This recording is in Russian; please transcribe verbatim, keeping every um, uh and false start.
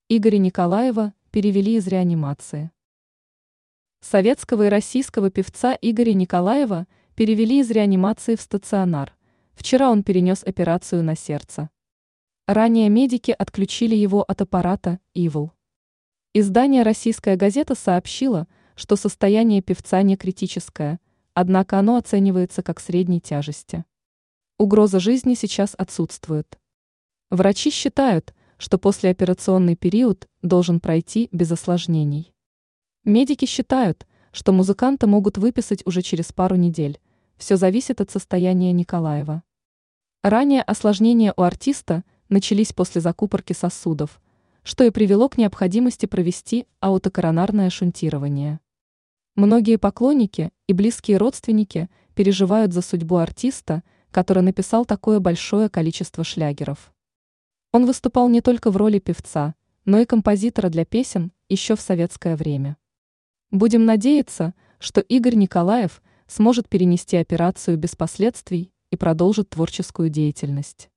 Игоря Николаева перевели из реанимации. Советского и российского певца Игоря Николаева перевели из реанимации в стационар. Вчера он перенес операцию на сердце. Ранее медики отключили его от аппарата ИВЛ. Издание «Российская газета» сообщило, что состояние певца не критическое, однако оно оценивается как средней тяжести. Угроза жизни сейчас отсутствует. Врачи считают, что послеоперационный период должен пройти без осложнений. Медики считают, что музыканта могут выписать уже через пару недель. Все зависит от состояния Николаева. Ранее осложнения у артиста начались после закупорки сосудов, что и привело к необходимости провести аутокоронарное шунтирование. Многие поклонники и близкие родственники переживают за судьбу артиста, который написал такое большое количество шлягеров. Он выступал не только в роли певца, но и композитора для песен еще в советское время. Будем надеяться, что Игорь Николаев сможет перенести операцию без последствий и продолжит творческую деятельность.